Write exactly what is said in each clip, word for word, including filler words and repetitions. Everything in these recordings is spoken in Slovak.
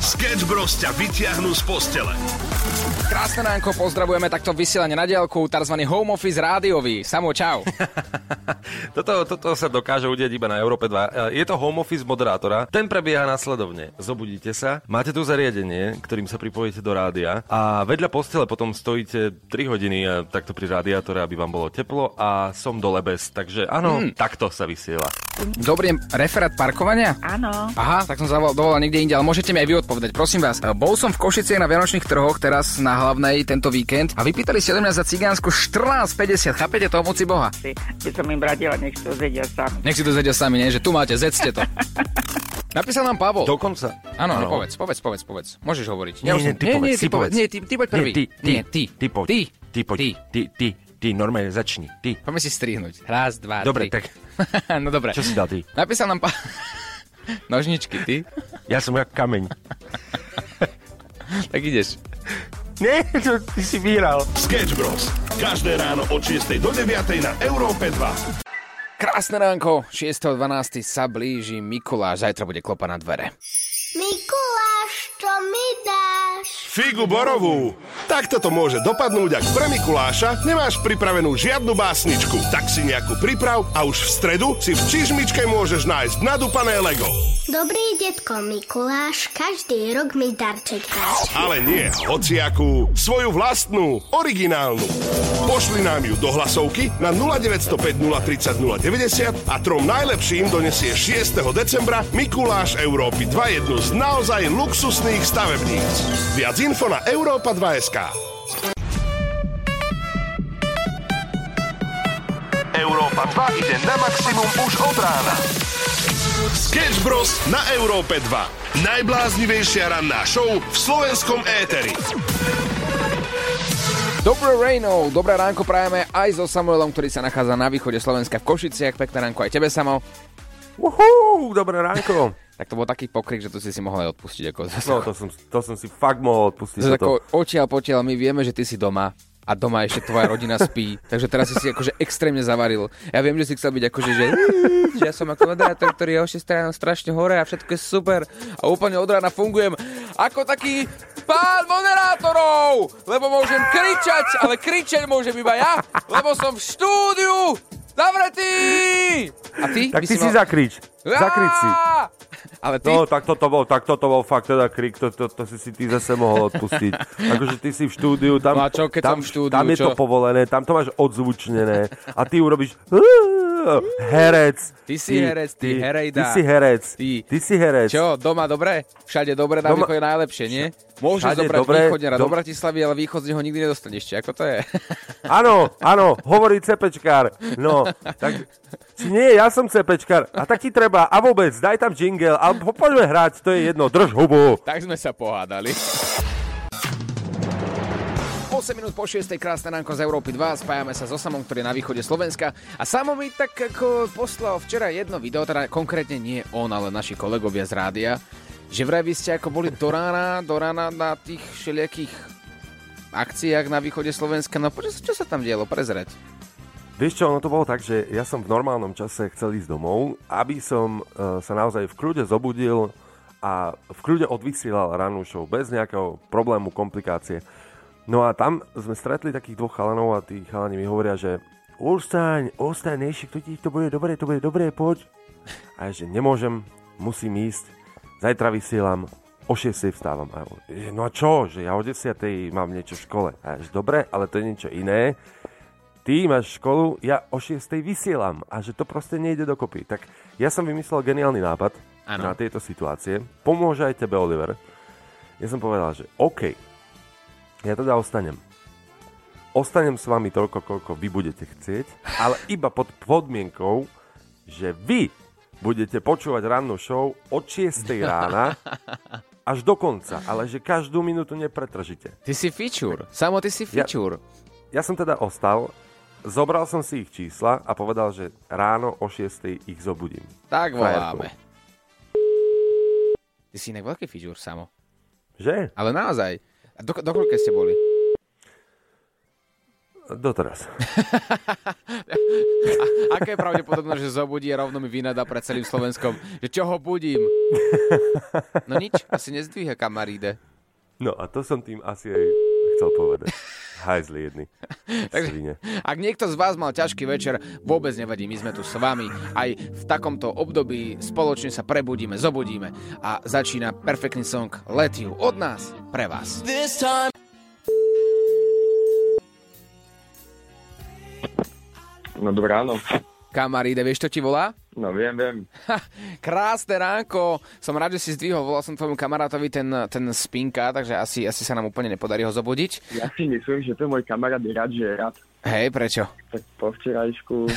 Sketch Bros ťa vytiahnu z postele. Krásne ránko, pozdravujeme takto vysielanie na diaľku, tzv. Home office rádiový. Samo, čau. toto, toto sa dokáže udiať iba na Európe dva. Je to home office moderátora. Ten prebieha následovne. Zobudíte sa, máte tu zariadenie, ktorým sa pripojíte do rádia a vedľa postele potom stojíte tri hodiny takto pri radiátore, aby vám bolo teplo a som dole bez. Takže áno, hmm. takto sa vysiela. Dobrý referát parkovania? Áno. Aha, tak som zavolal, dovolal niekde inde, ale môžete mi aj vy odpovedať, prosím vás. Bol som v Košiciach na vianočných trhoch teraz na hlavnej tento víkend a vypýtali ste mňa za cigánsku štrnásť päťdesiat. Chápete to, moci Boha? Keď som im radila, nech si to zedia sami. Nech si to zedia sami, nie? Že tu máte, zedzte to. Napísal nám Pavol. Dokonca. Áno, no, povedz, povedz, povedz, povedz. Môžeš hovoriť. Nie, nie, ty povedz, nie, ty povedz. Nie, ty, ty poď prvý. Nie, ty, ty, nie, ty. Ty poď. Ty. Ty poď. Ty. Ty, ty, ty, normálne začni. Ty. Poďme si strihnúť. Raz, dva, dobre, tri. tak. No dobre. Čo si dal ty? Napísal nám Pavol. Nožničky, ty? Ja som jak kameň. Tak ideš. Nie, čo ty si vyhral. Sketch Bros. Každé ráno od šiestej do deviatej na Európe dva. Krásne ránko, šiesteho dvanásteho sa blíži Mikuláš, zajtra bude klopa na dvere. Mikuláš, čo mi dáš? Figu borovú. Takto to môže dopadnúť, ak pre Mikuláša nemáš pripravenú žiadnu básničku. Tak si nejakú priprav a už v stredu si v čižmičke môžeš nájsť nadúpané Lego. Dobrý detko Mikuláš, každý rok mi darček dáš. Ale nie hociakú, svoju vlastnú, originálnu. Pošli nám ju do hlasovky na nula deväť nula päť nula tri nula nula deväťdesiat a trom najlepším donesie šiesteho decembra Mikuláš Európy dva jednu z naozaj luxusných stavebníc. Viac info na Európa dva bodka es ká. Európa dva ide na maximum už od rána. Sketch Bros. Na Európe dva. Najbláznivejšia ranná show v slovenskom éteri. Dobré ráno, dobré ránko prajeme aj so Samuelom, ktorý sa nachádza na východe Slovenska v Košiciach. Pekné ránko aj tebe, Samo. Uhú, dobré ránko. Tak to bol taký pokrik, že tu si si mohol aj odpustiť. Ako no, to som, to som si fakt mohol odpustiť. Zase ako očiaľ potiaľ, my vieme, že ty si doma a doma ešte tvoja rodina spí. Takže teraz si si akože extrémne zavaril. Ja viem, že si chcel byť akože, že, že ja som ako moderátor, ktorý je o šiestej ráno strašne hore a všetko je super. A úplne od rána fungujem ako taký pán moderátorov, lebo môžem kričať, ale kričať môžem iba ja, lebo som v štúdiu zavretý. A ty? Tak ty si, mal... si zakrič. Zakrič si. Ale ty? No, tak toto bol, tak toto bol fakt teda krik, to, to, to si si ty zase mohol odpustiť. Akože ty si v štúdiu, tam, no a čo, keď tam, som v štúdiu, tam je čo? to povolené, tam to máš odzvučnené a ty urobíš herec. Ty si ty, herec, ty, ty herejda. Ty si herec. Ty. ty si herec. Čo, doma dobre? Všade dobre, na doma... východe najlepšie, nie? Môžeš Všade zobrať dobre, východňara do dom... Bratislavy, ale východ z neho nikdy nedostaneš. Ako to je? Áno, áno, hovorí cepečkár. No, tak... Či nie, ja som cepečkár. A tak ti treba, a vôbec, daj tam jingle, a poďme hrať, to je jedno, drž hubu. Tak sme sa pohádali. osem minút po šiestej, krásne ránko z Európy dva, spájame sa so Samom, ktorý je na východe Slovenska. A Samo mi tak ako poslal včera jedno video, teda konkrétne nie on, ale naši kolegovia z rádia, že vraj vy ste ako boli do rána, do rána na tých všelijakých akciách na východe Slovenska. No čo, čo sa tam dielo? Prezrať. Vieš čo, ono to bolo tak, že ja som v normálnom čase chcel ísť domov, aby som uh, sa naozaj v kľude zobudil a v kľude odvysielal rannú show, bez nejakého problému, komplikácie. No a tam sme stretli takých dvoch chalanov a tí chalani mi hovoria, že Olstaň, Olstaň, Nešik, to ti to bude dobre, to bude dobre, poď. A ja, že nemôžem, musím ísť, zajtra vysielam, o šiestej vstávam. A ja, no a čo, že ja o desiatej mám niečo v škole. A ja, že dobre, ale to je niečo iné. Ty máš školu, ja o šiestej vysielam a že to proste nejde dokopy. Tak ja som vymyslel geniálny nápad ano. Na tieto situácie. Pomôže aj tebe, Oliver. Ja som povedal, že OK, ja teda ostanem. Ostanem s vami toľko, koľko vy budete chcieť, ale iba pod podmienkou, že vy budete počúvať rannú show od šiestej rána až do konca, ale že každú minútu nepretržite. Ty si fičúr. Samo ty si fičúr. Ja, ja som teda ostal, zobral som si ich čísla a povedal, že ráno o šiestej ich zobudím. Tak voláme. Ty si inak veľký fičúr, Samo. Že? Ale naozaj. A do, dokoľko ste boli? Doteraz. A, aké je pravdepodobné, že zobudí a rovno mi vynadá pred celým Slovenskom, že čo ho budím? No nič, asi nezdvíha kamaríde. No a to som tým asi aj chcel povedať. Hajzli jedni. Takže, ak niekto z vás mal ťažký večer, vôbec nevadí, my sme tu s vami. Aj v takomto období spoločne sa prebudíme, zobudíme a začína perfektný song Let You od nás pre vás. No dobré ráno. Kamaríde, vieš, čo ti volá? No viem, viem. Ha, krásne ránko. Som rád, že si zdvihol. Volal som tvojmu kamarátovi ten, ten spinka, takže asi, asi sa nám úplne nepodarí ho zobudiť. Ja si myslím, že ten môj kamarát je rád, že je rád. Hej, prečo? Tak po včerajšku...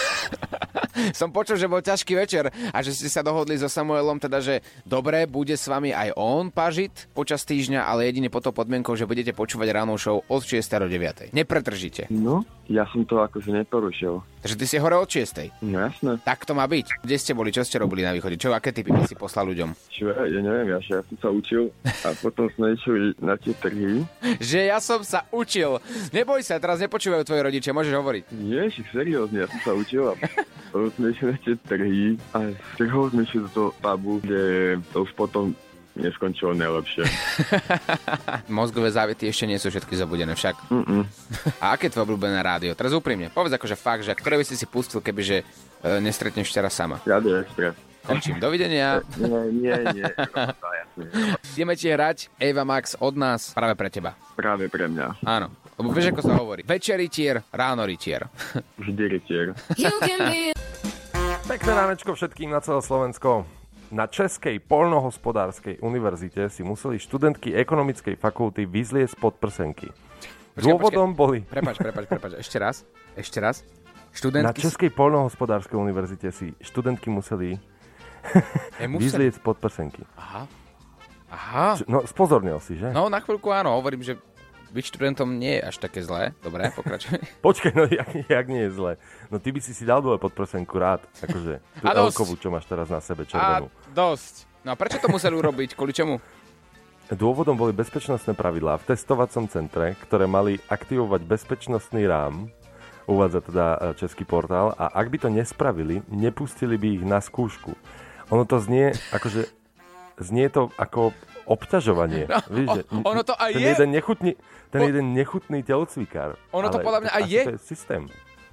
Som počul, že bol ťažký večer a že ste sa dohodli so Samuelom, teda, že dobre, bude s vami aj on pažiť počas týždňa, ale jedine pod tou podmienkou, že budete počúvať ráno show od šiestej do deviatej. Nepretržite. No, ja som to akože neporušil. Takže ty si hore od šiestej. No jasné. Tak to má byť. Kde ste boli? Čo ste robili na východe? Čo, aké typy by si poslal ľuďom? Čo, ja neviem, ja, ja som sa učil a potom sme išli na tie trhy. Že ja som sa učil. Neboj sa, teraz nepočúvajú tvoji rodičia, môžeš hovoriť. Ježiš, seriózne, ja som sa učil a potom sme išli na tie trhy a z trhov sme išli do toho pubu, kde to už potom neskončilo najlepšie. Mozgové závity ešte nie sú všetky zobudené však. Mm-mm. A aké je tvoje obľúbené rádio? Teraz úprimne, povedz akože fakt, že ktoré by si si pustil, kebyže e, nestretneš teraz sama. Radio Express. Končím, dovidenia. Nie, nie, nie. No, to jasne. Ideme ti hrať Eva Max od nás práve pre teba. Práve pre mňa. Áno, lebo vieš, ako sa hovorí. Večer rytier, ráno rytier. Vždy rytier. Pekné ránečko všetkým na celé Slovensko. Na Českej poľnohospodárskej univerzite si museli študentky ekonomickej fakulty vyzliecť pod prsenky. Dôvodom boli... Prepač, prepač, prepač, ešte raz, ešte raz. Študentky... Na Českej poľnohospodárskej univerzite si študentky museli e, museli... vyzliecť pod prsenky. Aha. Aha. No, spozornil si, že? No, na chvíľku áno, hovorím, že byť študentom nie je až také zlé. Dobre, pokračuj. Počkaj, no jak, jak nie je zlé? No ty by si si dal dole pod prsenku rád. Akože tú elkovú, čo máš teraz na sebe, červenú. A dosť. No a prečo to museli urobiť? Kvôli čomu? Dôvodom boli bezpečnostné pravidlá v testovacom centre, ktoré mali aktivovať bezpečnostný rám, uvádza teda Český portál, a ak by to nespravili, nepustili by ich na skúšku. Ono to znie, akože, znie to ako obťažovanie. No, Víš, že ono to aj ten je. Jeden nechutný, ten Po... jeden nechutný telocvikár. Ono to podľa mňa aj je. To je systém.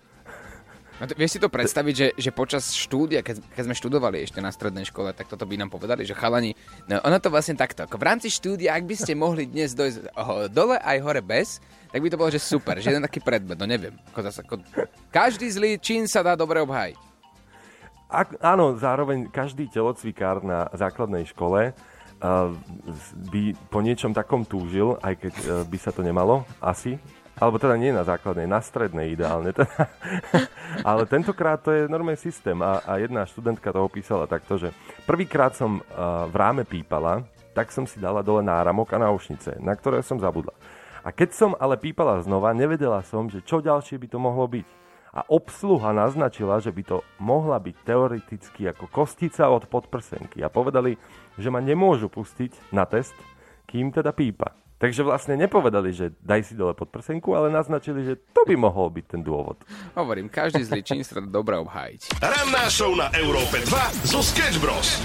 No to, vieš si to predstaviť, že, že počas štúdia, keď, keď sme študovali ešte na strednej škole, tak toto by nám povedali, že chalani, no ono to vlastne takto, ako v rámci štúdia, ak by ste mohli dnes dojsť oh, dole aj hore bez, tak by to bolo, že super, že jeden taký predmet, no neviem. Ako zase, ako, každý zlý čin sa dá dobre obhájiť. Ak, áno, zároveň každý telocvikár na základnej škole uh, by po niečom takom túžil, aj keď uh, by sa to nemalo, asi. Alebo teda nie na základnej, na strednej ideálne. Teda. Ale tentokrát to je normálny systém a, a jedna študentka to opísala takto, že prvýkrát som uh, v ráme pípala, tak som si dala dole náramok a náušnice, na ktoré som zabudla. A keď som ale pípala znova, nevedela som, že čo ďalšie by to mohlo byť. A obsluha naznačila, že by to mohla byť teoreticky ako kostica od podprsenky. A povedali, že ma nemôžu pustiť na test, kým teda pípa. Takže vlastne nepovedali, že daj si dole podprsenku, ale naznačili, že to by mohol byť ten dôvod. Hovorím, každý zlý čin sa dá dobre obhájiť. Ranná show na Európe dva zo Sketch Bros.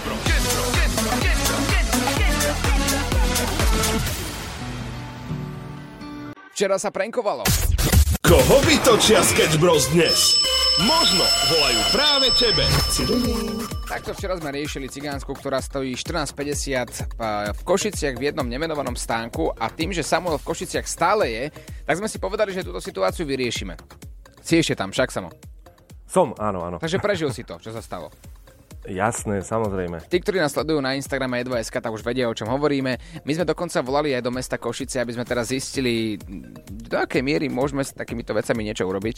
Včera sa prankovalo. Koho vytočia Sketch Bros dnes? Možno volajú práve tebe. Takto včera sme riešili cigánsku, ktorá stojí štrnásť päťdesiat v Košiciach v jednom nemenovanom stánku a tým, že Samuel v Košiciach stále je, tak sme si povedali, že túto situáciu vyriešime. Si ešte tam, však Samo? Som, áno, áno. Takže prežil si to, čo sa stalo. Jasné, samozrejme. Tí, ktorí nás sledujú na Instagrame e dva bodka es ká, tak už vedia, o čom hovoríme. My sme dokonca volali aj do mesta Košice, aby sme teraz zistili, do akej miery môžeme s takýmito vecami niečo urobiť.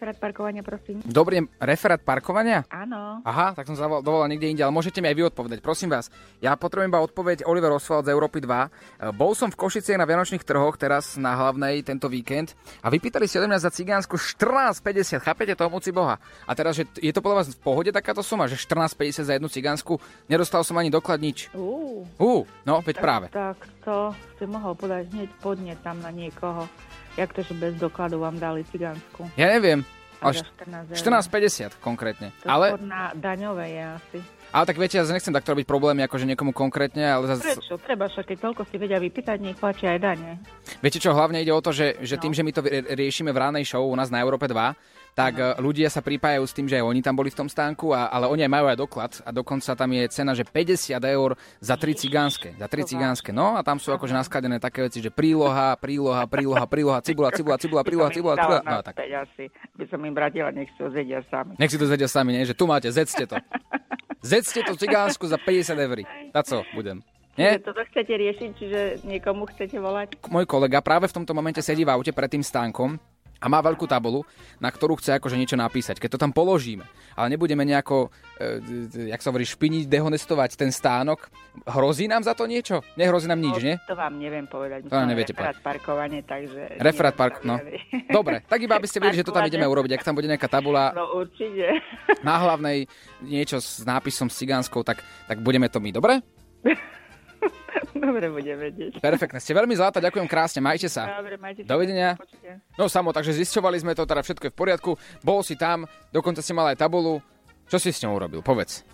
referát parkovania, prosím. Dobrý referát parkovania? Áno. Aha, tak som sa dovolal niekde inde, ale môžete mi aj vy odpovedať. Prosím vás, ja potrebujem iba odpoveď Oliver Oswald z Európy dva. Bol som v Košiciach na Vianočných trhoch, teraz na hlavnej tento víkend a vypýtali si odo mňa za cigánsku štrnásť päťdesiat. Chápete to, moci Boha? A teraz, že je to podľa vás v pohode takáto suma, že štrnásť päťdesiat za jednu cigánsku? Nedostal som ani doklad, nič. Ú. Ú, no, veď práve. Tak to si mohol podať hneď podne tam na niekoho. Jak to, že bez dokladu vám dali cigánsku? Ja neviem. Ale štrnásť päťdesiat konkrétne. To ale... na daňové je asi. Ale tak viete, ja nechcem takto robiť problémy, akože niekomu konkrétne, ale zase... Prečo? Treba však, keď toľko si vedia vypýtať, nech platia aj dane. Viete čo, hlavne ide o to, že, že No. tým, že my to riešime v ránej show u nás na Európe dva, tak no. ľudia sa pripájajú s tým, že aj oni tam boli v tom stánku, a, ale oni aj majú aj doklad a dokonca tam je cena, že päťdesiat eur za tri cigánske. Za tri cigánske. No a tam sú akože naskladené také veci, že príloha, príloha, príloha, príloha, cibula, cibula, cibula, príloha, cibula, cibula. No tak. Asi by som im vratila, nech si to zjedia sami. Nech si to zjedia sami, nie? Že tu máte, zedzte to. Zedzte to cigánsku za päťdesiat eur. Na co budem? Nie? Čiže toto chcete riešiť, čiže niekomu chcete volať? Môj kolega práve v tomto momente sedí v aute pred tým stánkom a má veľkú tabulu, na ktorú chce akože niečo napísať. Keď to tam položíme, ale nebudeme nejako, e, jak sa hovorí, špiniť, dehonestovať ten stánok, hrozí nám za to niečo? Nehrozí nám nič, no, nie? To vám neviem povedať. To vám neviete povedať. Referát parkovanie, takže... Referát park, no. Dobre, tak iba aby ste vedeli, že to tam ideme urobiť. Ak tam bude nejaká tabula... No určite. Na hlavnej niečo s nápisom s cigánskou, tak, tak budeme to my, dobre? Dobre, budem vedieť. Perfektne, ste veľmi zlatá, ďakujem krásne, majte sa. Dobre, majte sa. Dovidenia. No samo, takže zisťovali sme to, teda všetko je v poriadku. Bol si tam, dokonca si mal aj tabulu. Čo si s ňou urobil? Povedz.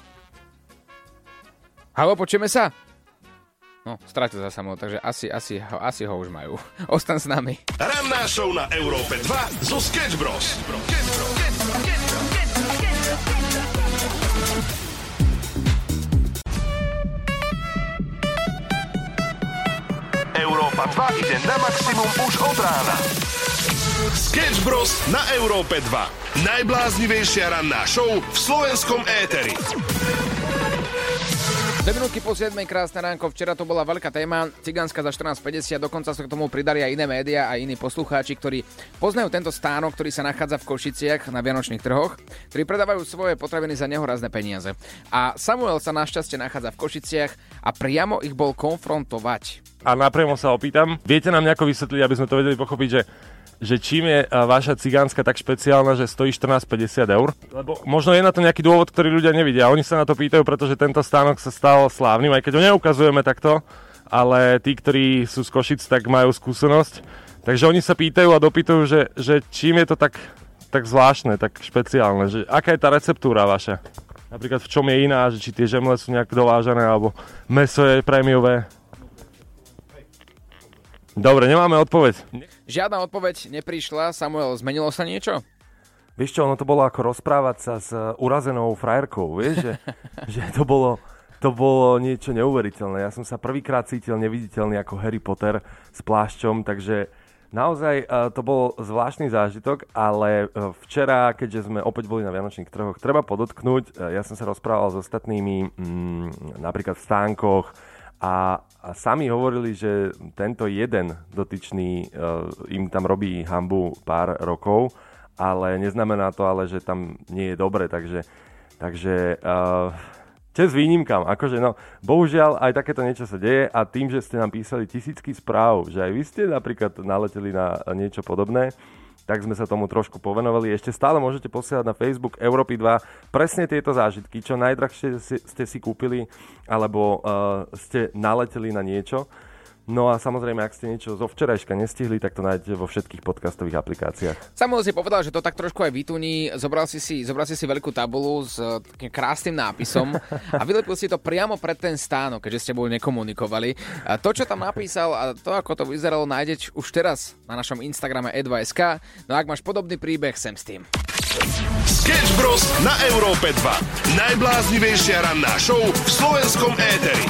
Haló, počujeme sa? No, strátil sa samo, takže asi, asi, asi ho už majú. Ostan s nami. Ranná show na Európe dva zo Sketch Bros. Európa dva ide na maximum už od rána. Sketch Bros na Európe dva. Najbláznivejšia ranná show v slovenskom éteri. Dve minútky po siedmej, krásne ránko. Včera to bola veľká téma, cigánska za štrnásť päťdesiat, dokonca sa k tomu pridali aj iné médiá a iní poslucháči, ktorí poznajú tento stánok, ktorý sa nachádza v Košiciach na Vianočných trhoch, ktorí predávajú svoje potraviny za nehorazné peniaze. A Samuel sa našťastie nachádza v Košiciach a priamo ich bol konfrontovať. A napriamo sa opýtam, viete nám nejako vysvetliť, aby sme to vedeli pochopiť, že že čím je vaša cigánska tak špeciálna, že stojí štrnásť päťdesiat eur? Lebo možno je na to nejaký dôvod, ktorý ľudia nevidia. Oni sa na to pýtajú, pretože tento stánok sa stal slávnym, aj keď ho neukazujeme takto, ale tí, ktorí sú z Košic, tak majú skúsenosť. Takže oni sa pýtajú a dopýtajú, že, že čím je to tak, tak zvláštne, tak špeciálne, že aká je tá receptúra vaša? Napríklad v čom je iná, že či tie žemle sú nejak dovážané, alebo mäso je prémiové. Dobre, nemáme odpoveď. Žiadna odpoveď neprišla. Samuel, zmenilo sa niečo? Vieš čo, ono to bolo ako rozprávať sa s urazenou frajerkou, vieš, že, že to bolo, to bolo niečo neuveriteľné. Ja som sa prvýkrát cítil neviditeľný ako Harry Potter s plášťom, takže naozaj to bol zvláštny zážitok, ale včera, keďže sme opäť boli na Vianočných trhoch, treba podotknúť, ja som sa rozprával s ostatnými, mm, napríklad v stánkoch, A, a sami hovorili, že tento jeden dotyčný uh, im tam robí hanbu pár rokov, ale neznamená to ale, že tam nie je dobre, takže, takže uh, čes výnimkám, akože no, bohužiaľ aj takéto niečo sa deje a tým, že ste nám písali tisícky správ, že aj vy ste napríklad naleteli na niečo podobné, tak sme sa tomu trošku povenovali. Ešte stále môžete posielať na Facebook Európy dva presne tieto zážitky, čo najdrahšie ste si kúpili, alebo uh, ste naleteli na niečo. No a samozrejme, ak ste niečo zo včerajška nestihli, tak to nájdete vo všetkých podcastových aplikáciách. Samuel si povedal, že to tak trošku aj vytuní. Zobral si si, zobral si, si veľkú tabulu s takým krásnym nápisom a vylepil si to priamo pred ten stánok, keďže ste boli nekomunikovali. A to, čo tam napísal a to, ako to vyzeralo, nájdeš už teraz na našom Instagrame e dva bodka es ká. No a ak máš podobný príbeh, sem s tým. Sketch Bros na Európe dva. Najbláznivejšia ranná show v slovenskom éteri.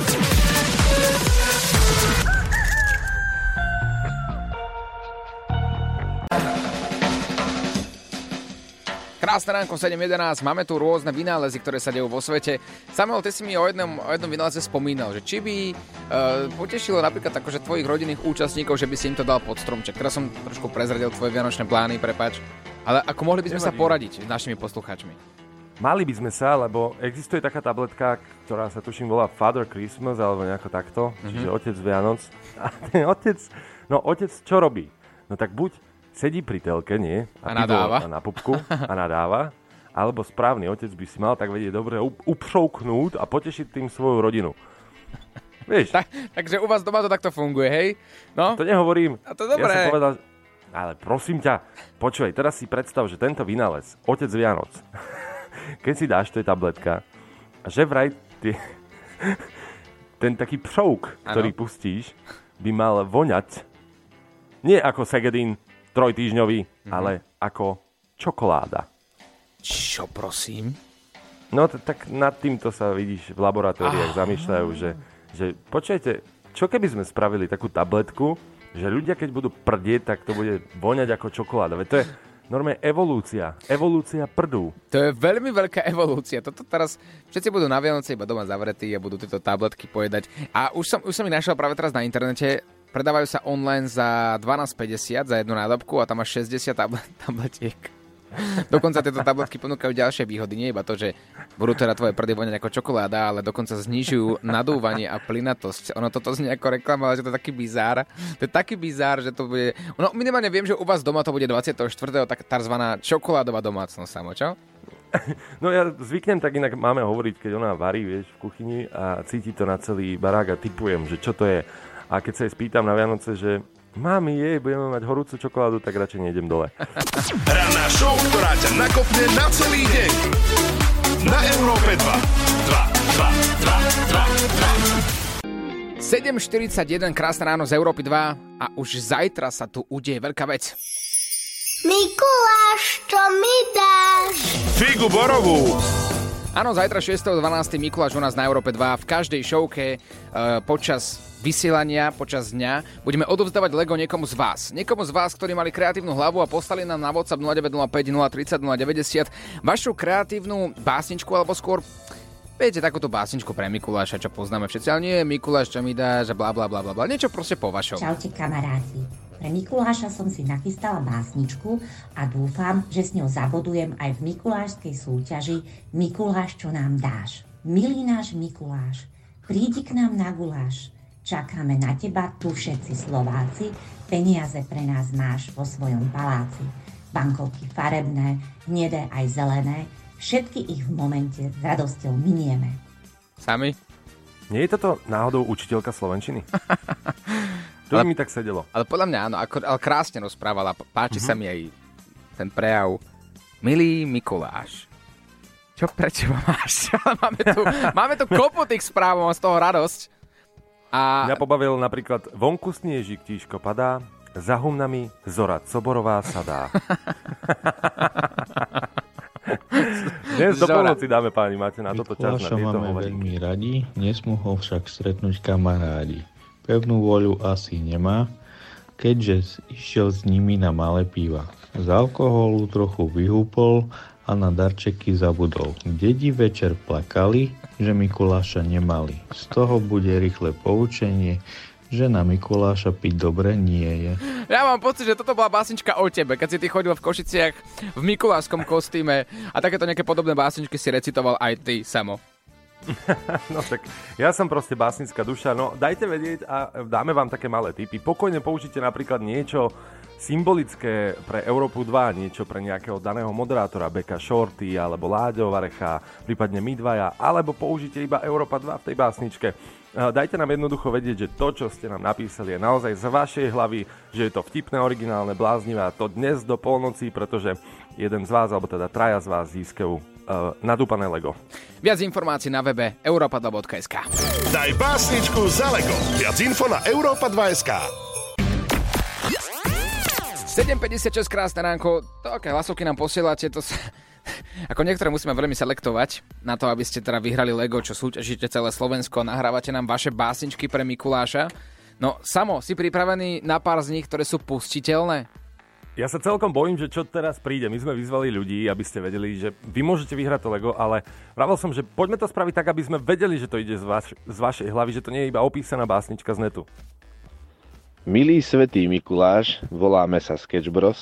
Krásne ránko, sedem jedenásť, máme tu rôzne vynálezy, ktoré sa dejú vo svete. Samuel, ty si mi o jednom, o jednom vynáleзе spomínal, že či by uh, potešilo napríklad akože tvojich rodinných účastníkov, že by si im to dal pod stromček. Teraz som trošku prezradil tvoje vianočné plány, prepáč. Ale ako mohli by sme sa poradiť s našimi poslucháčmi? Mali by sme sa, lebo existuje taká tabletka, ktorá sa tuším volá Father Christmas, alebo nejako takto, mm-hmm. čiže otec Vianoc. A ten otec, no otec čo robí? No tak buď sedí pri telke, nie? A, a nadáva. Na pupku a nadáva. Alebo správny otec by si mal tak vedieť dobre upšouknúť a potešiť tým svoju rodinu. Vieš? Tak, takže u vás doma to takto funguje, hej? No? To nehovorím. A to dobré. Ja som povedal, ale prosím ťa, počúvaj, teraz si predstav, že tento vynález, otec Vianoc, keď si dáš, to je tabletka, a že vraj ty, ten taký pšouk, ktorý ano. pustíš, by mal voňať nie ako Segedin trojtýždňový, mm-hmm. ale ako čokoláda. Čo, prosím? No t- tak nad týmto sa vidíš v laboratóriách ah. zamýšľajú, že, že počujete, čo keby sme spravili takú tabletku, že ľudia keď budú prdieť, tak to bude voňať ako čokoláda. Veď to je normálne evolúcia. Evolúcia prdu. To je veľmi veľká evolúcia. Toto teraz všetci budú na Vianoce iba doma zavretí a budú tieto tabletky pojedať. A už som, už som ich našiel práve teraz na internete. Predávajú sa online za dvanásť päťdesiat za jednu nádobku a tam máš šesťdesiat tablet, tabletiek. Dokonca tieto tabletky ponúkajú ďalšie výhody. Nie iba to, že budú teda tvoje prdy voňať ako čokoláda, ale dokonca znižujú nadúvanie a plynatosť. Ono toto znie ako reklama, ale že to je taký bizár. To je taký bizár, že to bude... No minimálne viem, že u vás doma to bude dvadsiateho štvrtého tak tarzvaná čokoládová domácnosť samo, čo? No ja zvyknem tak inak máme hovoriť, keď ona varí, vieš, v kuchyni a cíti to na celý barák a tipujem, že čo to je. A keď sa jej spýtam na Vianoce, že mami, jej, budeme mať horúcu čokoládu, tak radšej nejdem dole. Ranná show, ktorá ťa nakopne na celý deň. Na Európe dva. dva, dva, dva, dva, dva. sedem štyridsaťjeden, krásne ráno z Európy dva a už zajtra sa tu udeje veľká vec. Mikuláš, čo mi dáš? Figu borovú. Áno, zajtra šiesteho dvanásteho Mikuláš u nás na Európe dva v každej showke e, počas vysielania, počas dňa budeme odovzdávať Lego niekomu z vás. Niekomu z vás, ktorí mali kreatívnu hlavu a poslali nám na WhatsApp nula deväť nula päť nula tri nula nula deväťdesiat vašu kreatívnu básničku alebo skôr viete, takúto básničku pre Mikuláša, čo poznáme všetci, ale nie Mikuláš, čo mi dáš a blá blá blá blá, niečo proste po vašom. Čaute kamaráti. Pre Mikuláša som si nachystala básničku a dúfam, že s ňou zabodujem aj v mikulášskej súťaži Mikuláš, čo nám dáš. Milý náš Mikuláš, prídi k nám na guláš. Čakáme na teba tu všetci Slováci, peniaze pre nás máš vo svojom paláci. Bankovky farebné, hnedé aj zelené, všetky ich v momente s radosťou minieme. Sami? Nie je toto náhodou učiteľka slovenčiny? To ale, mi tak sedelo. Ale podľa mňa áno, ako, ale krásne rozprávala. Páči uh-huh. sa mi aj ten prejav. Milý Mikuláš, čo pre teba máš? máme, tu, máme tu kopu tých správ, mám z toho radosť. A... Mňa pobavil napríklad vonku sniežik tížko padá, za humnami zora Coborová sadá. Dnes do polnoci dáme, páni, máte na toto čas. Mikuláša máme veľmi radi, nesmú ho však stretnúť kamarádi. Pevnú voľu asi nemá, keďže išiel s nimi na malé piva. Z alkoholu trochu vyhúpol a na darčeky zabudol. Dedi večer plakali, že Mikuláša nemali. Z toho bude rýchle poučenie, že na Mikuláša piť dobre nie je. Ja mám pocit, že toto bola básnička o tebe, keď si ty chodil v Košiciach v mikulášskom kostýme a takéto nejaké podobné básničky si recitoval aj ty, Samo. No tak ja som proste básnická duša, no dajte vedieť a dáme vám také malé tipy. Pokojne použite napríklad niečo symbolické pre Európu dva, niečo pre nejakého daného moderátora, Beka Shorty alebo Láďo Varecha, prípadne my dvaja, alebo použite iba Európa dva v tej básničke. Dajte nám jednoducho vedieť, že to, čo ste nám napísali, je naozaj z vašej hlavy, že je to vtipné, originálne, bláznivé a to dnes do polnoci, pretože jeden z vás, alebo teda traja z vás získajú uh, nadúpané Lego. Viac informácií na webe europa dva bodka es ká. Daj básničku za Lego. Viac info na europa dva bodka es ká. sedem päťdesiatšesť, krásne ránko. To, aké hlasovky nám posielate, to sa... Ako niektoré musíme veľmi selektovať na to, aby ste teda vyhrali Lego, čo súťažíte celé Slovensko, nahrávate nám vaše básničky pre Mikuláša. No, Samo, si pripravený na pár z nich, ktoré sú pustiteľné? Ja sa celkom bojím, že čo teraz príde. My sme vyzvali ľudí, aby ste vedeli, že vy môžete vyhrať to Lego, ale vravel som, že poďme to spraviť tak, aby sme vedeli, že to ide z, vaš- z vašej hlavy, že to nie je iba opísaná básnička z netu. Milý svätý Mikuláš, voláme sa Sketch Bros.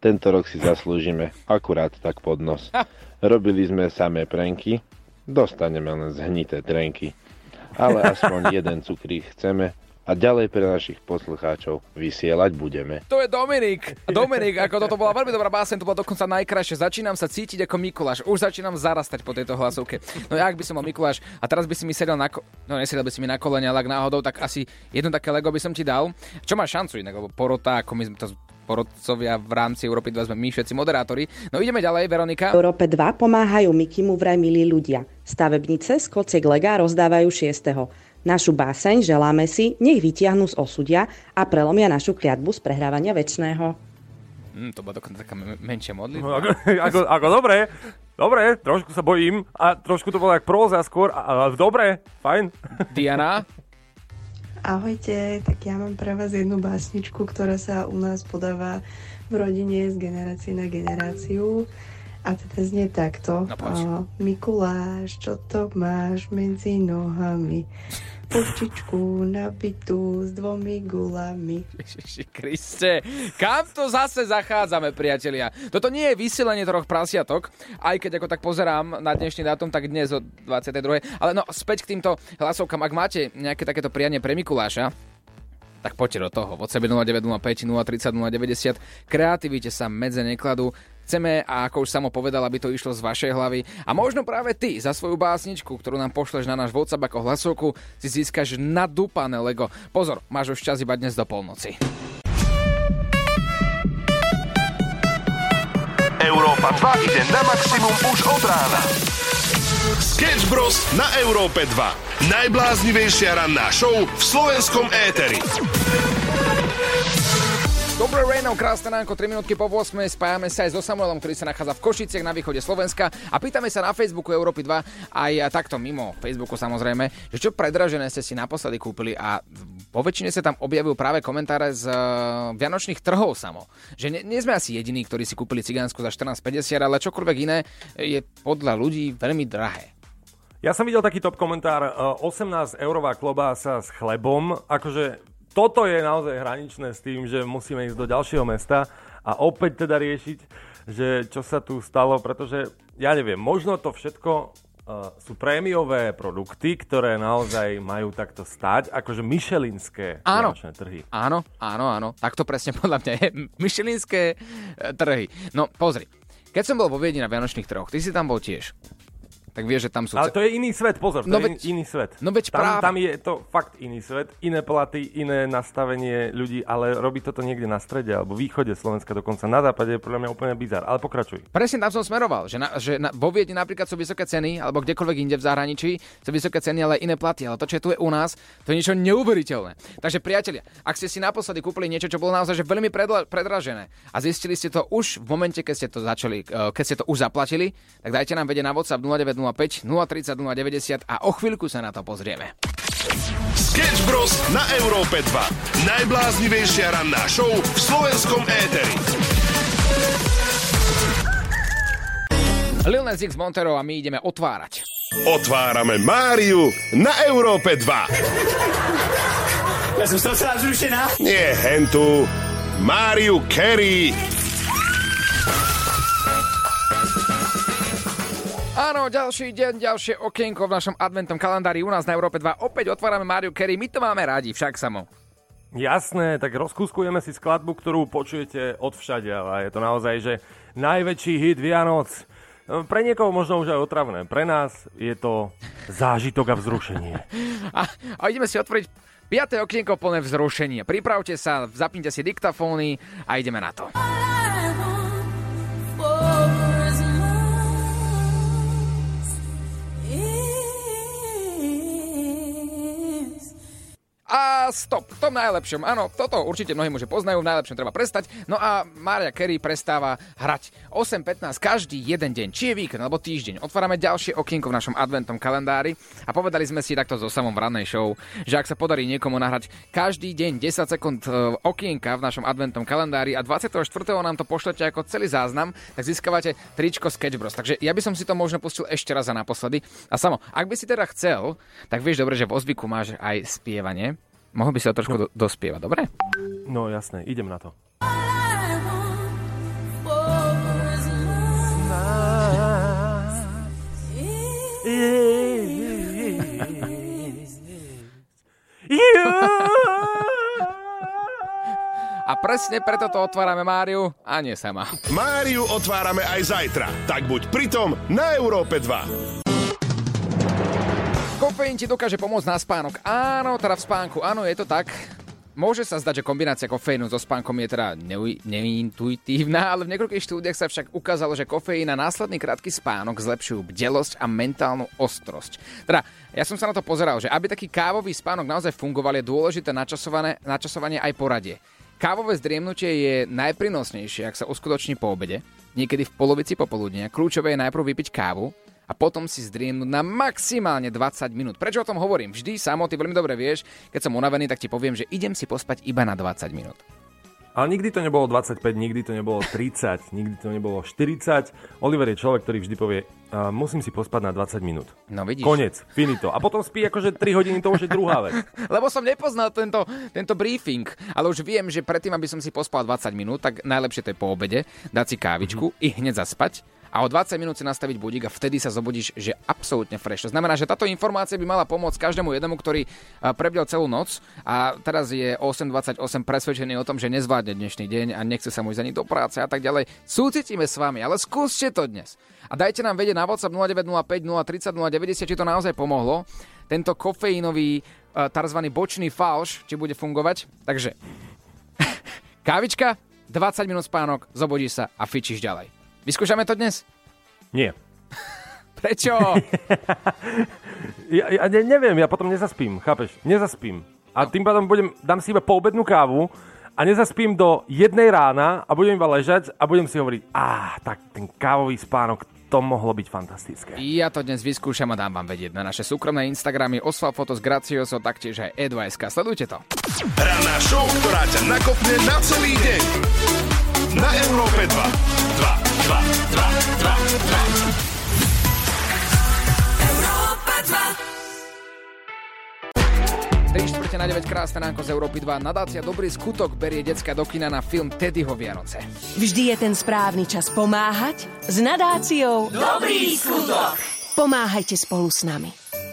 Tento rok si zaslúžime akurát tak pod nos. Robili sme samé pranky, dostaneme len zhnité trenky. Ale aspoň jeden cukrík chceme a ďalej pre našich poslucháčov vysielať budeme. To je Dominik. Dominik, ako toto bola veľmi dobrá báseň, to bola dokonca najkrajšie. Začínam sa cítiť ako Mikuláš. Už začínam zarastať po tejto hlasovke. No ja, ak by som bol Mikuláš a teraz by si mi sedel na ko- no nesedel by si mi na kolene, ale ak náhodou, tak asi jedno také Lego by som ti dal. Čo má šancu inak, lebo porota, ako my sme to porodcovia v rámci Európy dva sme my všetci moderátori. No ideme ďalej, Veronika. V Európe dva pomáhajú Mikimu vraj milí ľudia. Stavebnice z kociek lega rozdávajú šiesteho Našu báseň želáme si, nech vytiahnu z osudia a prelomia našu kliatbu z prehrávania večného. Mm, to bola dokonca taká m- menšia modlitba. No, ako, ako, ako dobre, dobre, trošku sa bojím a trošku to bolo jak próza skôr, ale dobre, fajn. Diana? Ahojte, tak ja mám pre vás jednu básničku, ktorá sa u nás podáva v rodine z generácie na generáciu. A teda znie takto. No, uh, Mikuláš, čo to máš medzi nohami? Puštičku nabitú s dvomi gulami. Ježiši Kriste, kam to zase zachádzame, priatelia? Toto nie je vysielanie troch prasiatok, aj keď ako tak pozerám na dnešný dátum, tak dnes o dvadsiatej druhej Ale no, späť k týmto hlasovkám. Ak máte nejaké takéto prianie pre Mikuláša, tak poďte do toho. Od sebe nula deväť nula päť, nula tri nula, nula deväťdesiat. Kreativite sa medze nekladú. Chceme, a ako už Samo povedal, aby to išlo z vašej hlavy. A možno práve ty za svoju básničku, ktorú nám pošleš na náš WhatsApp ako hlasovku, si získaš nadúpané Lego. Pozor, máš už čas iba dnes do polnoci. Európa dva ide na maximum už od rána. Sketch Bros. Na Európe dva. Najbláznivejšia ranná show v slovenskom éteri. Dobré ráno, krásne ránko, tri minútky po ôsmej. Spájame sa aj so Samuelom, ktorý sa nachádza v Košiciach na východe Slovenska a pýtame sa na Facebooku Európy dva, aj takto mimo Facebooku samozrejme, že čo predražené ste si naposledy kúpili, a po väčšine sa tam objavujú práve komentáre z uh, vianočných trhov, Samo. Že nie, nie sme asi jediní, ktorí si kúpili cigánsku za štrnásť päťdesiat, ale čokoľvek iné je podľa ľudí veľmi drahé. Ja som videl taký top komentár, osemnásť eurová klobása s chlebom, akože toto je naozaj hraničné s tým, že musíme ísť do ďalšieho mesta a opäť teda riešiť, že čo sa tu stalo, pretože ja neviem, možno to všetko uh, sú prémiové produkty, ktoré naozaj majú takto stáť, akože michelinské vianočné trhy. Áno, áno, áno, tak to presne podľa mňa je, michelinské trhy. No pozri, keď som bol vo Viedni na vianočných trhoch, ty si tam bol tiež. Tak vieš, že tam sú... Ale to je iný svet, pozor, to no je veď, iný svet. No veď tam, práve. Tam je to fakt iný svet, iné platy, iné nastavenie ľudí, ale robí toto niekde na strede, alebo východe Slovenska, dokonca na západe, je podľa mňa úplne bizar. Ale pokračuj. Presne tam som smeroval, že, na, že na, vo Viedni napríklad sú vysoké ceny, alebo kdekoľvek inde v zahraničí sú vysoké ceny, ale iné platy. Ale to, čo je tu je u nás, to je niečo neuveriteľné. Takže priatelia, ak ste si naposledy kúpili niečo, čo bolo naozaj že veľmi predla, predražené a zistili ste to už v momente, keď ste to začali, keď ste to už zaplatili, tak dajte nám vedieť na WhatsApp nula deväť nula päť, nula tri nula deväťdesiat a o chvíľku sa na to pozrieme. Sketch Bros. Na Európe dva. Najbláznivejšia ranná show v slovenskom éteri. Lil Nas X, Montero a my ideme otvárať. Otvárame Máriu na Európe dva. Ja som celá zrušená. Nie hentu. Máriu Carey. Áno, ďalší deň, ďalšie okienko v našom adventnom kalendári u nás na Európe dva. Opäť otvárame Máriu Carey, my to máme radi, však Samo. Jasné, tak rozkúskujeme si skladbu, ktorú počujete odvšade, ale je to naozaj, že najväčší hit Vianoc. Pre niekoho možno už aj otravné, pre nás je to zážitok a vzrušenie. A, a ideme si otvoriť piate okienko plné vzrušenia. Pripravte sa, zapnite si diktafóny a ideme na to. A stop, v tom najlepšom, áno, toto určite mnohí muži poznajú, v najlepšom treba prestať. No a Mariah Carey prestáva hrať osem pätnásť každý jeden deň, či je víkend alebo týždeň. Otvárame ďalšie okienko v našom adventnom kalendári a povedali sme si takto so Samom v rannej show, že ak sa podarí niekomu nahrať každý deň desať sekúnd okienka v našom adventnom kalendári a dvadsiateho štvrtého nám to pošlete ako celý záznam, tak získavate tričko Sketch Bros. Takže ja by som si to možno pustil ešte raz a naposledy. A Samo, ak by si teda chcel, tak vieš dobre, že v ozvyku máš aj spievanie. Mohol by si to trošku no. do, dospievať, dobre? No jasné, idem na to. A presne preto to otvárame Máriu a nie sama. Máriu otvárame aj zajtra, tak buď pritom na Európe dva. Kofeín ti dokáže pomôcť na spánok. Áno, teda v spánku, áno, je to tak. Môže sa zdať, že kombinácia kofeínu so spánkom je teda neu- neintuitívna, ale v niekoľkých štúdiách sa však ukázalo, že kofeín a následný krátky spánok zlepšujú bdelosť a mentálnu ostrosť. Teda, ja som sa na to pozeral, že aby taký kávový spánok naozaj fungoval, je dôležité načasovanie aj poradie. Kávové zdriemnutie je najprínosnejšie, ak sa uskutoční po obede, niekedy v polovici popoludnia. Kľúčové je najprv vypiť kávu a potom si zdriemnúť na maximálne dvadsať minút. Prečo o tom hovorím? Vždy samo, ty veľmi dobre vieš, keď som unavený, tak ti poviem, že idem si pospať iba na dvadsať minút. Ale nikdy to nebolo dvadsaťpäť, nikdy to nebolo tridsať, nikdy to nebolo štyridsať. Oliver je človek, ktorý vždy povie, uh, musím si pospať na dvadsať minút. No vidíš. Konec, finito. A potom spí akože tri hodiny, to už je druhá vec. Lebo som nepoznal tento, tento briefing, ale už viem, že predtým, aby som si pospal dvadsať minút, tak najlepšie to je po obede, dať si kávičku mm-hmm. i hneď zaspať. A o dvadsať minút si nastaviť budík a vtedy sa zobudíš, že absolútne fresh. To znamená, že táto informácia by mala pomôcť každému jednému, ktorý prebdel celú noc a teraz je osem dvadsaťosem presvedčený o tom, že nezvládne dnešný deň a nechce sa mu ísť ani do práce a tak ďalej. Súcitíme s vami, ale skúste to dnes. A dajte nám vedieť na WhatsApp nula deväť nula päť nula tri nula nula deväť nula, či to naozaj pomohlo. Tento kofeínový tzv. Bočný falš, či bude fungovať. Takže kávička, dvadsať minút spánok, zobudíš sa a fičíš ďalej. Vyskúšame to dnes? Nie. Prečo? ja, ja ne, neviem, ja potom nezaspím, chápeš? Nezaspím. A tým pádom budem, dám si iba poobednú kávu a nezaspím do jednej rána a budem iba ležať a budem si hovoriť, á, tak ten kávový spánok, to mohlo byť fantastické. Ja to dnes vyskúšam a dám vám vedieť na naše súkromné Instagramy Osval Fotos Gracioso, taktiež aj E dva bodka es ká. Sledujte to. Ranná show, ktorá ťa nakopne na celý deň. Na Európe dva. dva, dva, dva, dva, dva. Európa dva. tri štvrte na deväť, krásne ránko z Európy dva. Nadácia Dobrý skutok berie decka do kina na film Teddyho Vianoce. Vždy je ten správny čas pomáhať s nadáciou Dobrý skutok. Pomáhajte spolu s nami.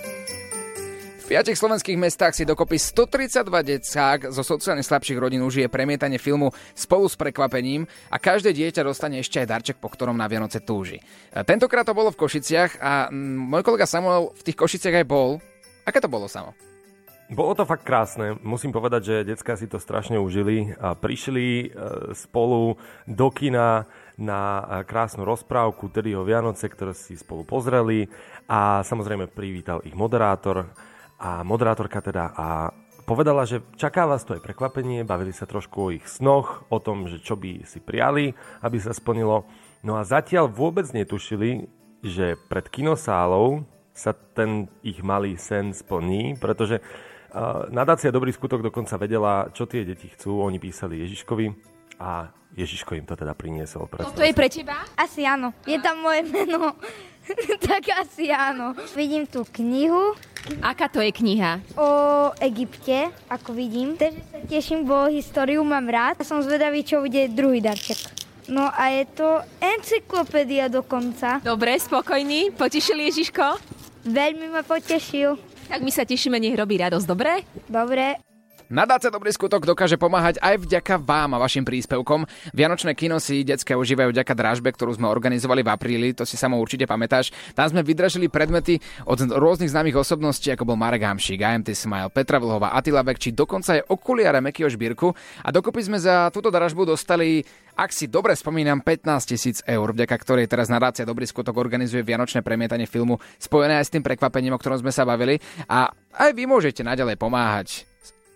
V piatich slovenských mestách si dokopy stotridsaťdva decák zo sociálne slabších rodín užije premietanie filmu Spolu s prekvapením a každé dieťa dostane ešte aj darček, po ktorom na Vianoce túži. Tentokrát to bolo v Košiciach a môj kolega Samuel v tých Košiciach aj bol. Aké to bolo, Samo? Bolo to fakt krásne. Musím povedať, že decká si to strašne užili a prišli spolu do kina na krásnu rozprávku Teddyho Vianoce, ktoré si spolu pozreli a samozrejme privítal ich moderátor a moderátorka teda a povedala, že čaká vás to aj prekvapenie, bavili sa trošku o ich snoch, o tom, že čo by si prijali, aby sa splnilo. No a zatiaľ vôbec netušili, že pred kinosálou sa ten ich malý sen splní, pretože uh, nadácia Dobrý skutok dokonca vedela, čo tie deti chcú. Oni písali Ježiškovi a Ježiško im to teda priniesol. To je pre teba? Asi áno. Je tam moje meno. Tak asi áno. Vidím tú knihu. Aká to je kniha? O Egypte, ako vidím. Takže sa teším, bo históriu mám rád. A som zvedavý, čo bude druhý darček. No a je to encyklopédia dokonca. Dobre, spokojný. Potešil Ježiško? Veľmi ma potešil. Tak my sa tešíme, nech robí radosť, dobre? Dobre. Nadácia Dobrý skutok dokáže pomáhať aj vďaka vám a vašim príspevkom. Vianočné kino si decká užívajú vďaka dražbe, ktorú sme organizovali v apríli, to si samo určite pamätáš. Tam sme vydražili predmety od rôznych známych osobností, ako bol Marek Hamšík, í em té Smile, Petra Vlhová, Attila Vek, či dokonca aj okuliare Mekyho Žbírku. A dokopy sme za túto dražbu dostali, ak si dobre spomínam, pätnásť tisíc eur, vďaka ktorej teraz nadácia Dobrý skutok organizuje vianočné premietanie filmu spojené aj s tým prekvapením, o ktorom sme sa bavili. A aj vy môžete naďalej pomáhať.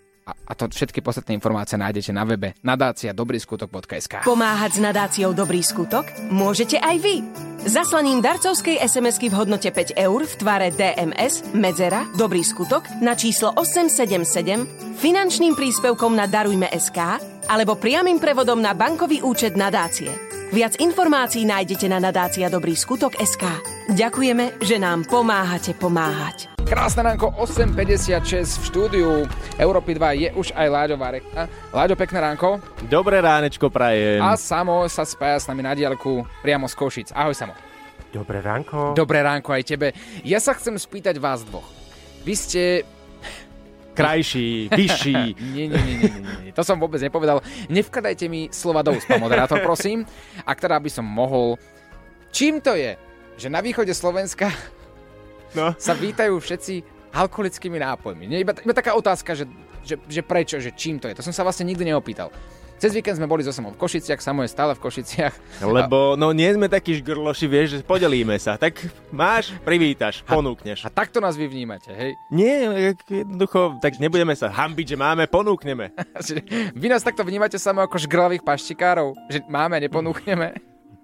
A to všetky podstatné informácie nájdete na webe nadácia dobrý skutok bodka es ká. Pomáhať s nadáciou Dobrý skutok môžete aj vy. Zaslaním darcovskej es em esky v hodnote päť eur v tvare dé em es, medzera, Dobrý skutok na číslo osem sedem sedem, finančným príspevkom na Darujme bodka es ká alebo priamym prevodom na bankový účet nadácie. Viac informácií nájdete na nadácia dobrý skutok bodka es ká. Ďakujeme, že nám pomáhate pomáhať. Krásne ránko, osem päťdesiatšesť v štúdiu Európy dva je už aj Láďo Váreka. Láďo, pekné ránko. Dobré ránečko prajem. A Samo sa spája s nami na diaľku priamo z Košic. Ahoj, Samo. Dobré ránko. Dobré ránko aj tebe. Ja sa chcem spýtať vás dvoch. Vy ste... Krajší, vyšší. nie, nie, nie, nie, nie, nie. To som vôbec nepovedal. Nevkladajte mi slova do úst, pán moderátor, prosím. Ak teda by som mohol... Čím to je, že na východe Slovenska no. sa vítajú všetci alkoholickými nápojmi? Nie, iba, iba taká otázka, že, že, že prečo, že čím to je. To som sa vlastne nikdy neopýtal. Cez víkend sme boli so Samom v Košiciach, Samo je stále v Košiciach. Lebo, no nie sme takí žgrloši, vieš, že podelíme sa. Tak máš, privítaš, ponúkneš. A, a takto nás vy vnímate, hej? Nie, jednoducho, tak nebudeme sa hambiť, že máme, ponúkneme. Vy nás takto vnímate Samo ako žgrlavých paštikárov? Že máme, neponúkneme?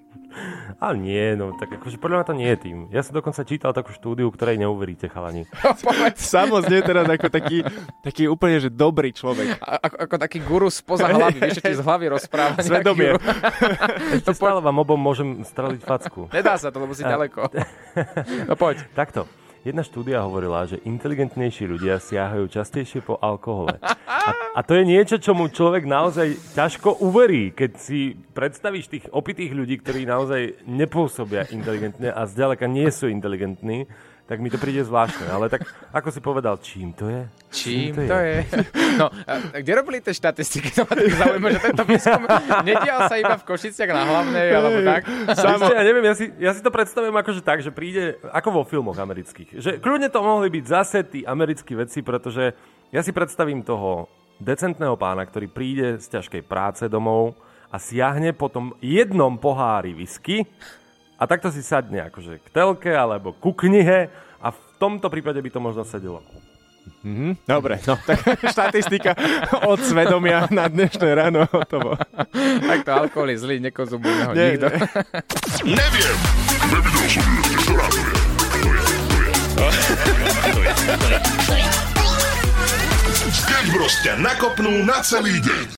Ale nie, no tak akože podľa mňa to nie je tým. Ja som dokonca čítal takú štúdiu, ktorej neuveríte, chalani. Samo znie teraz ako taký, taký úplne, že dobrý človek. A, ako, ako taký guru spoza hlavy, vieš, čo ti z hlavy rozpráva. Svedomie. Ešte stále vám obom môžem streliť facku. Nedá sa to, lebo si ďaleko. No poď. Takto. Jedna štúdia hovorila, že inteligentnejší ľudia siahajú častejšie po alkohole. A, a to je niečo, čomu človek naozaj ťažko uverí, keď si predstavíš tých opitých ľudí, ktorí naozaj nepôsobia inteligentne a zďaleka nie sú inteligentní, tak mi to príde zvláštne. Ale tak, ako si povedal, čím to je? Čím, čím to, to je? je? No, a kde robili tie štatistiky? To ma tak zaujíma, že tento výskum nedial sa iba v Košiciach na Hlavnej, alebo tak? Samo... Ja neviem, ja si, ja si to predstavujem akože tak, že príde, ako vo filmoch amerických. Že kľudne to mohli byť zase tí americkí vedci, pretože ja si predstavím toho decentného pána, ktorý príde z ťažkej práce domov a siahne po tom jednom pohári whisky a takto si sadne akože k telke alebo ku knihe a v tomto prípade by to možno sedelo. Mm-hmm. Dobre, no tak štatistika od svedomia na dnešné ráno hotovo. Tak to alkohol je zlý, nekonzumuje ho Nie, nikto. Nie. Neviem, nevidel som ešte, ktorá to je. To je, to je, to je, to je. Sketch Bros ťa nakopnú na celý deň.